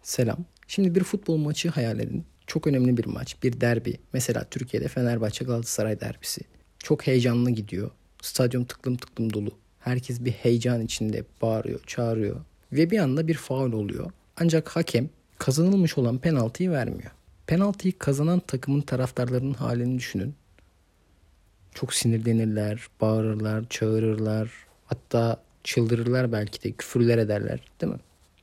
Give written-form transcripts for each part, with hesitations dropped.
Selam. Şimdi bir futbol maçı hayal edin. Çok önemli bir maç, bir derbi. Mesela Türkiye'de Fenerbahçe Galatasaray derbisi. Çok heyecanlı gidiyor. Stadyum tıklım tıklım dolu. Herkes bir heyecan içinde bağırıyor, çağırıyor. Ve bir anda bir faul oluyor. Ancak hakem kazanılmış olan penaltıyı vermiyor. Penaltıyı kazanan takımın taraftarlarının halini düşünün. Çok sinirlenirler, bağırırlar, çağırırlar. Hatta çıldırırlar, belki de küfürler ederler, değil mi?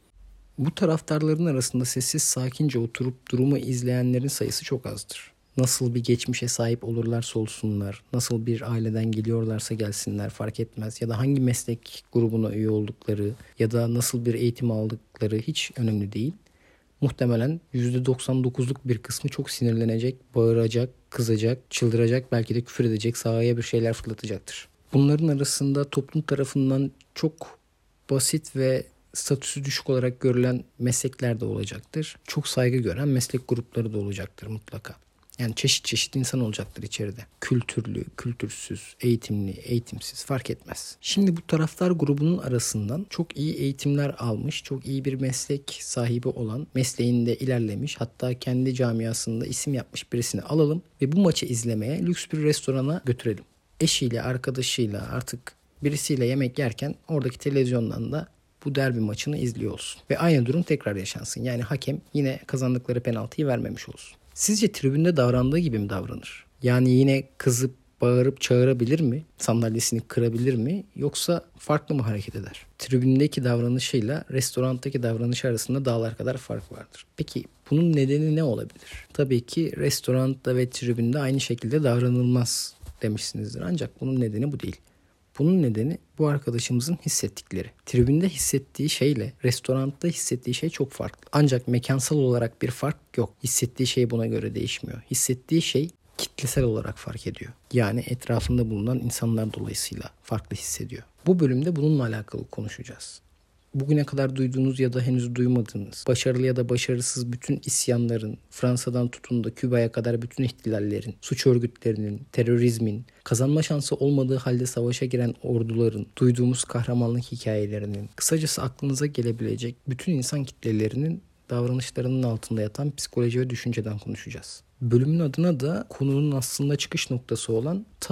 Bu taraftarların arasında sessiz sakince oturup durumu izleyenlerin sayısı çok azdır. Nasıl bir geçmişe sahip olurlarsa olsunlar, nasıl bir aileden geliyorlarsa gelsinler fark etmez. Ya da hangi meslek grubuna üye oldukları ya da nasıl bir eğitim aldıkları hiç önemli değil. Muhtemelen %99'luk bir kısmı çok sinirlenecek, bağıracak, kızacak, çıldıracak, belki de küfür edecek, sahaya bir şeyler fırlatacaktır. Bunların arasında toplum tarafından çok basit ve statüsü düşük olarak görülen meslekler de olacaktır. Çok saygı gören meslek grupları da olacaktır mutlaka. Yani çeşit çeşit insan olacaktır içeride. Kültürlü, kültürsüz, eğitimli, eğitimsiz fark etmez. Şimdi bu taraftar grubunun arasından çok iyi eğitimler almış, çok iyi bir meslek sahibi olan, mesleğinde ilerlemiş, hatta kendi camiasında isim yapmış birisini alalım ve bu maçı izlemeye lüks bir restorana götürelim. Eşiyle, arkadaşıyla, artık birisiyle yemek yerken oradaki televizyondan da bu derbi maçını izliyor olsun. Ve aynı durum tekrar yaşansın. Yani hakem yine kazandıkları penaltıyı vermemiş olsun. Sizce tribünde davrandığı gibi mi davranır? Yani yine kızıp bağırıp çağırabilir mi? Sandalyesini kırabilir mi? Yoksa farklı mı hareket eder? Tribündeki davranışıyla restorandaki davranışı arasında dağlar kadar fark vardır. Peki bunun nedeni ne olabilir? Tabii ki restoranda ve tribünde aynı şekilde davranılmaz demişsinizdir. Ancak bunun nedeni bu değil. Bunun nedeni bu arkadaşımızın hissettikleri. Tribünde hissettiği şeyle restoranda hissettiği şey çok farklı. Ancak mekansal olarak bir fark yok. Hissettiği şey buna göre değişmiyor. Hissettiği şey kitlesel olarak fark ediyor. Yani etrafında bulunan insanlar dolayısıyla farklı hissediyor. Bu bölümde bununla alakalı konuşacağız. Bugüne kadar duyduğunuz ya da henüz duymadığınız, başarılı ya da başarısız bütün isyanların, Fransa'dan tutun da Küba'ya kadar bütün ihtilallerin, suç örgütlerinin, terörizmin, kazanma şansı olmadığı halde savaşa giren orduların, duyduğumuz kahramanlık hikayelerinin, kısacası aklınıza gelebilecek bütün insan kitlelerinin davranışlarının altında yatan psikoloji ve düşünceden konuşacağız. Bölümün adına da konunun aslında çıkış noktası olan ta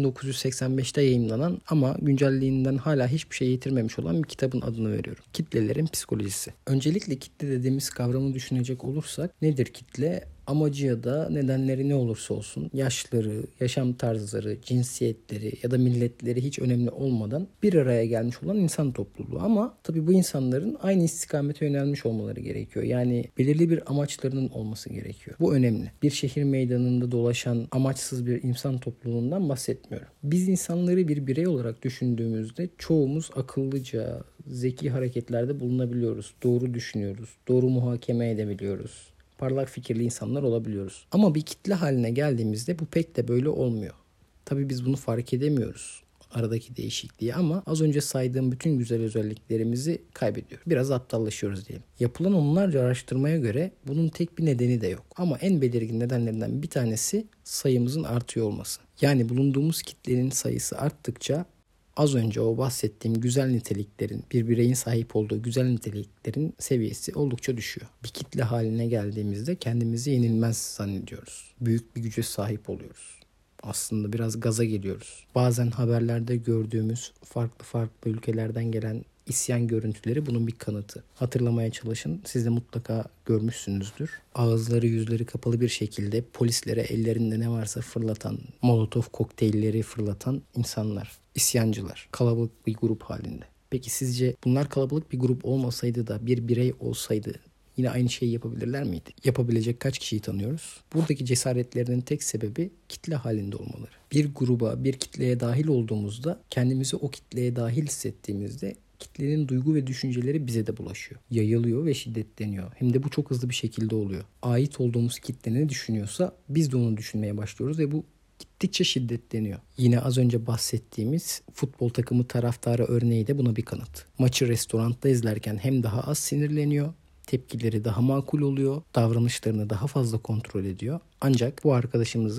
1985'te yayımlanan ama güncelliğinden hala hiçbir şey yitirmemiş olan bir kitabın adını veriyorum. Kitlelerin psikolojisi. Öncelikle kitle dediğimiz kavramı düşünecek olursak nedir kitle? Amacı ya da nedenleri ne olursa olsun yaşları, yaşam tarzları, cinsiyetleri ya da milletleri hiç önemli olmadan bir araya gelmiş olan insan topluluğu. Ama tabii bu insanların aynı istikamete yönelmiş olmaları gerekiyor. Yani belirli bir amaçlarının olması gerekiyor. Bu önemli. Bir şehir meydanında dolaşan amaçsız bir insan topluluğundan bahsetmiyorum. Biz insanları bir birey olarak düşündüğümüzde çoğumuz akıllıca, zeki hareketlerde bulunabiliyoruz. Doğru düşünüyoruz. Doğru muhakeme edebiliyoruz. Parlak fikirli insanlar olabiliyoruz. Ama bir kitle haline geldiğimizde bu pek de böyle olmuyor. Tabii biz bunu fark edemiyoruz aradaki değişikliği ama az önce saydığım bütün güzel özelliklerimizi kaybediyoruz. Biraz aptallaşıyoruz diyelim. Yapılan onlarca araştırmaya göre bunun tek bir nedeni de yok. Ama en belirgin nedenlerinden bir tanesi sayımızın artıyor olması. Yani bulunduğumuz kitlenin sayısı arttıkça az önce o bahsettiğim güzel niteliklerin, bir bireyin sahip olduğu güzel niteliklerin seviyesi oldukça düşüyor. Bir kitle haline geldiğimizde kendimizi yenilmez zannediyoruz. Büyük bir güce sahip oluyoruz. Aslında biraz gaza geliyoruz. Bazen haberlerde gördüğümüz farklı ülkelerden gelen isyan görüntüleri bunun bir kanıtı. Hatırlamaya çalışın. Siz de mutlaka görmüşsünüzdür. Ağızları yüzleri kapalı bir şekilde polislere ellerinde ne varsa fırlatan, molotof kokteylleri fırlatan insanlar, isyancılar. Kalabalık bir grup halinde. Peki sizce bunlar kalabalık bir grup olmasaydı da bir birey olsaydı yine aynı şeyi yapabilirler miydi? Yapabilecek kaç kişiyi tanıyoruz? Buradaki cesaretlerinin tek sebebi kitle halinde olmaları. Bir gruba, bir kitleye dahil olduğumuzda, kendimizi o kitleye dahil hissettiğimizde kitlenin duygu ve düşünceleri bize de bulaşıyor. Yayılıyor ve şiddetleniyor. Hem de bu çok hızlı bir şekilde oluyor. Ait olduğumuz kitle ne düşünüyorsa biz de onu düşünmeye başlıyoruz ve bu gittikçe şiddetleniyor. Yine az önce bahsettiğimiz futbol takımı taraftarı örneği de buna bir kanıt. Maçı restoranda izlerken hem daha az sinirleniyor, tepkileri daha makul oluyor, davranışlarını daha fazla kontrol ediyor. Ancak bu arkadaşımızı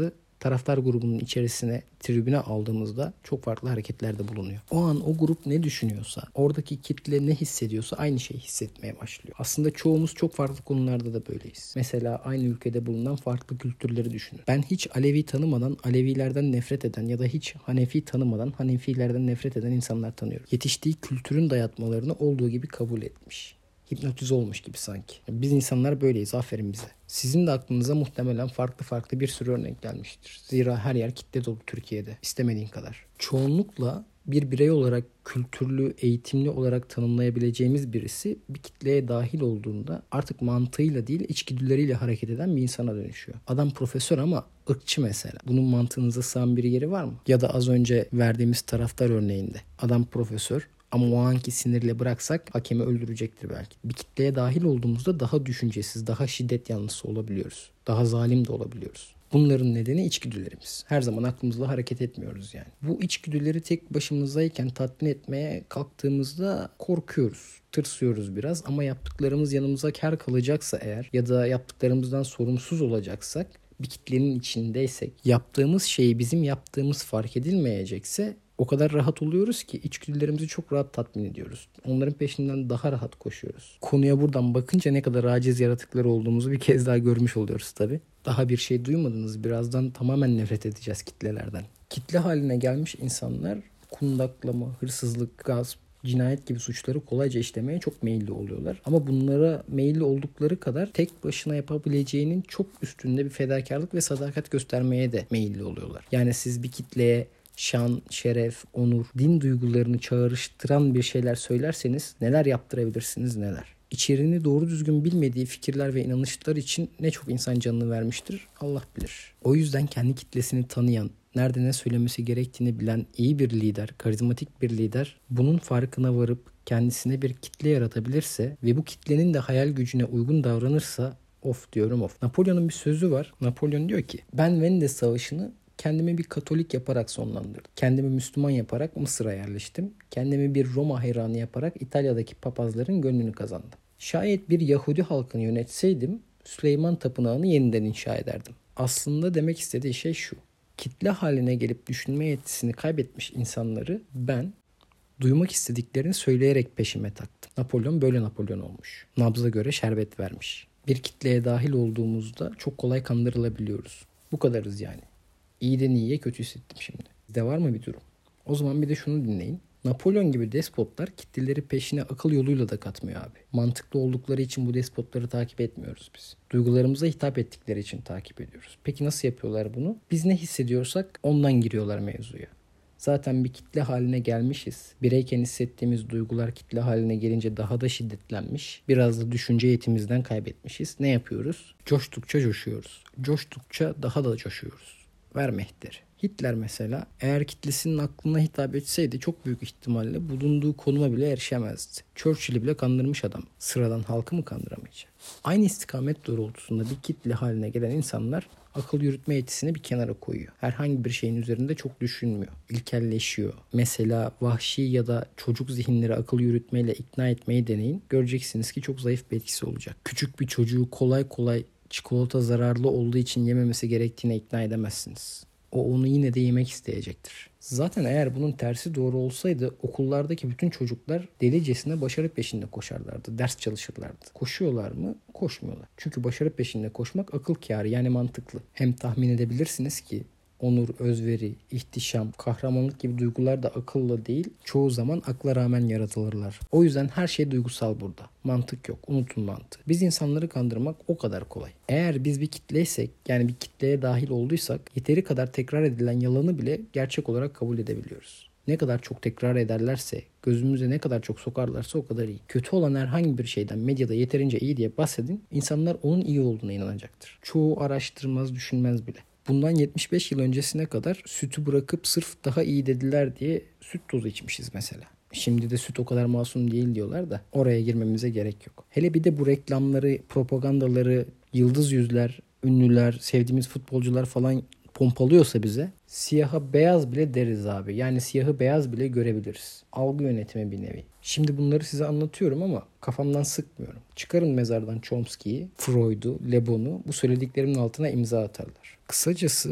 taraftar grubunun içerisine, tribüne aldığımızda çok farklı hareketlerde bulunuyor. O an o grup ne düşünüyorsa, oradaki kitle ne hissediyorsa aynı şeyi hissetmeye başlıyor. Aslında çoğumuz çok farklı konularda da böyleyiz. Mesela aynı ülkede bulunan farklı kültürleri düşünün. Ben hiç Alevi tanımadan Alevilerden nefret eden ya da hiç Hanefi tanımadan Hanefilerden nefret eden insanlar tanıyorum. Yetiştiği kültürün dayatmalarını olduğu gibi kabul etmiş. Hipnotize olmuş gibi sanki. Biz insanlar böyleyiz, aferin bize. Sizin de aklınıza muhtemelen farklı bir sürü örnek gelmiştir. Zira her yer kitle dolu Türkiye'de. İstemediğin kadar. Çoğunlukla bir birey olarak kültürlü, eğitimli olarak tanımlayabileceğimiz birisi bir kitleye dahil olduğunda artık mantığıyla değil içgüdüleriyle hareket eden bir insana dönüşüyor. Adam profesör ama ırkçı mesela. Bunun mantığınıza sığan bir yeri var mı? Ya da az önce verdiğimiz taraftar örneğinde. Adam profesör ama o anki sinirle bıraksak hakemi öldürecektir belki. Bir kitleye dahil olduğumuzda daha düşüncesiz, daha şiddet yanlısı olabiliyoruz. Daha zalim de olabiliyoruz. Bunların nedeni içgüdülerimiz. Her zaman aklımızla hareket etmiyoruz yani. Bu içgüdüleri tek başımızdayken tatmin etmeye kalktığımızda korkuyoruz. Tırsıyoruz biraz ama yaptıklarımız yanımıza kâr kalacaksa eğer ya da yaptıklarımızdan sorumsuz olacaksak, bir kitlenin içindeysek, yaptığımız şeyi bizim yaptığımız fark edilmeyecekse o kadar rahat oluyoruz ki içgüdülerimizi çok rahat tatmin ediyoruz. Onların peşinden daha rahat koşuyoruz. Konuya buradan bakınca ne kadar aciz yaratıklar olduğumuzu bir kez daha görmüş oluyoruz tabii. Daha bir şey duymadınız. Birazdan tamamen nefret edeceğiz kitlelerden. Kitle haline gelmiş insanlar kundaklama, hırsızlık, gasp, cinayet gibi suçları kolayca işlemeye çok meyilli oluyorlar. Ama bunlara meyilli oldukları kadar tek başına yapabileceğinin çok üstünde bir fedakarlık ve sadakat göstermeye de meyilli oluyorlar. Yani siz bir kitleye şan, şeref, onur, din duygularını çağrıştıran bir şeyler söylerseniz neler yaptırabilirsiniz neler. İçeriğini doğru düzgün bilmediği fikirler ve inanışlar için ne çok insan canını vermiştir Allah bilir. O yüzden kendi kitlesini tanıyan, nerede ne söylemesi gerektiğini bilen iyi bir lider, karizmatik bir lider bunun farkına varıp kendisine bir kitle yaratabilirse ve bu kitlenin de hayal gücüne uygun davranırsa of diyorum of. Napolyon'un bir sözü var. Napolyon diyor ki ben Vendes Savaşı'nı kendimi bir Katolik yaparak sonlandırdım. Kendimi Müslüman yaparak Mısır'a yerleştim. Kendimi bir Roma hayranı yaparak İtalya'daki papazların gönlünü kazandım. Şayet bir Yahudi halkını yönetseydim Süleyman Tapınağı'nı yeniden inşa ederdim. Aslında demek istediği şey şu. Kitle haline gelip düşünme yetisini kaybetmiş insanları ben duymak istediklerini söyleyerek peşime taktım. Napolyon böyle Napolyon olmuş. Nabza göre şerbet vermiş. Bir kitleye dahil olduğumuzda çok kolay kandırılabiliyoruz. Bu kadarız yani. İyiden iyiye kötü hissettim şimdi. Sizde var mı bir durum? O zaman bir de şunu dinleyin. Napolyon gibi despotlar kitleleri peşine akıl yoluyla da katmıyor abi. Mantıklı oldukları için bu despotları takip etmiyoruz biz. Duygularımıza hitap ettikleri için takip ediyoruz. Peki nasıl yapıyorlar bunu? Biz ne hissediyorsak ondan giriyorlar mevzuya. Zaten bir kitle haline gelmişiz. Bireyken hissettiğimiz duygular kitle haline gelince daha da şiddetlenmiş. Biraz da düşünce yetimizden kaybetmişiz. Ne yapıyoruz? Coştukça coşuyoruz. Coştukça daha da coşuyoruz. Ver mehteri. Hitler mesela eğer kitlesinin aklına hitap etseydi çok büyük ihtimalle bulunduğu konuma bile erişemezdi. Churchill'i bile kandırmış adam. Sıradan halkı mı kandıramayacak? Aynı istikamet doğrultusunda bir kitle haline gelen insanlar akıl yürütme yetisini bir kenara koyuyor. Herhangi bir şeyin üzerinde çok düşünmüyor. İlkelleşiyor. Mesela vahşi ya da çocuk zihinleri akıl yürütmeyle ikna etmeyi deneyin. Göreceksiniz ki çok zayıf bir etkisi olacak. Küçük bir çocuğu kolay kolay çikolata zararlı olduğu için yememesi gerektiğine ikna edemezsiniz. O onu yine de yemek isteyecektir. Zaten eğer bunun tersi doğru olsaydı okullardaki bütün çocuklar delicesine başarı peşinde koşarlardı. Ders çalışırlardı. Koşuyorlar mı? Koşmuyorlar. Çünkü başarı peşinde koşmak akıl kârı yani mantıklı. Hem tahmin edebilirsiniz ki onur, özveri, ihtişam, kahramanlık gibi duygular da akılla değil, çoğu zaman akla rağmen yaratılırlar. O yüzden her şey duygusal burada. Mantık yok. Unutun mantığı. Biz insanları kandırmak o kadar kolay. Eğer biz bir kitleysek, yani bir kitleye dahil olduysak, yeteri kadar tekrar edilen yalanı bile gerçek olarak kabul edebiliyoruz. Ne kadar çok tekrar ederlerse, gözümüze ne kadar çok sokarlarsa o kadar iyi. Kötü olan herhangi bir şeyden medyada yeterince iyi diye bahsedin, insanlar onun iyi olduğuna inanacaktır. Çoğu araştırmaz, düşünmez bile. Bundan 75 yıl öncesine kadar sütü bırakıp sırf daha iyi dediler diye süt tozu içmişiz mesela. Şimdi de süt o kadar masum değil diyorlar da oraya girmemize gerek yok. Hele bir de bu reklamları, propagandaları, yıldız yüzler, ünlüler, sevdiğimiz futbolcular falan pompalıyorsa bize siyaha beyaz bile deriz abi. Yani siyahı beyaz bile görebiliriz. Algı yönetimi bir nevi. Şimdi bunları size anlatıyorum ama kafamdan sıkmıyorum. Çıkarın mezardan Chomsky'yi, Freud'u, Le Bon'u bu söylediklerimin altına imza atarlar. Kısacası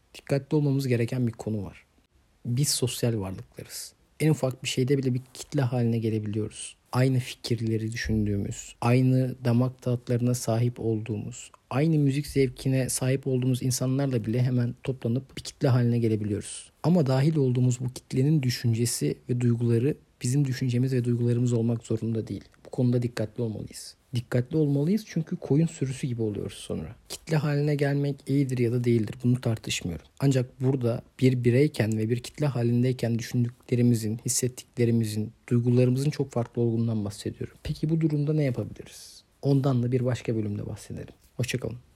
Dikkatli olmamız gereken bir konu var. Biz sosyal varlıklarız. En ufak bir şeyde bile bir kitle haline gelebiliyoruz. Aynı fikirleri düşündüğümüz, aynı damak tatlarına sahip olduğumuz, aynı müzik zevkine sahip olduğumuz insanlarla bile hemen toplanıp bir kitle haline gelebiliyoruz. Ama dahil olduğumuz bu kitlenin düşüncesi ve duyguları bizim düşüncemiz ve duygularımız olmak zorunda değil. Bu konuda dikkatli olmalıyız. Dikkatli olmalıyız çünkü koyun sürüsü gibi oluyoruz sonra. Kitle haline gelmek iyidir ya da değildir, bunu tartışmıyorum. Ancak burada bir bireyken ve bir kitle halindeyken düşündüklerimizin, hissettiklerimizin, duygularımızın çok farklı olduğundan bahsediyorum. Peki bu durumda ne yapabiliriz? Ondan da bir başka bölümde bahsedelim. Hoşça kalın.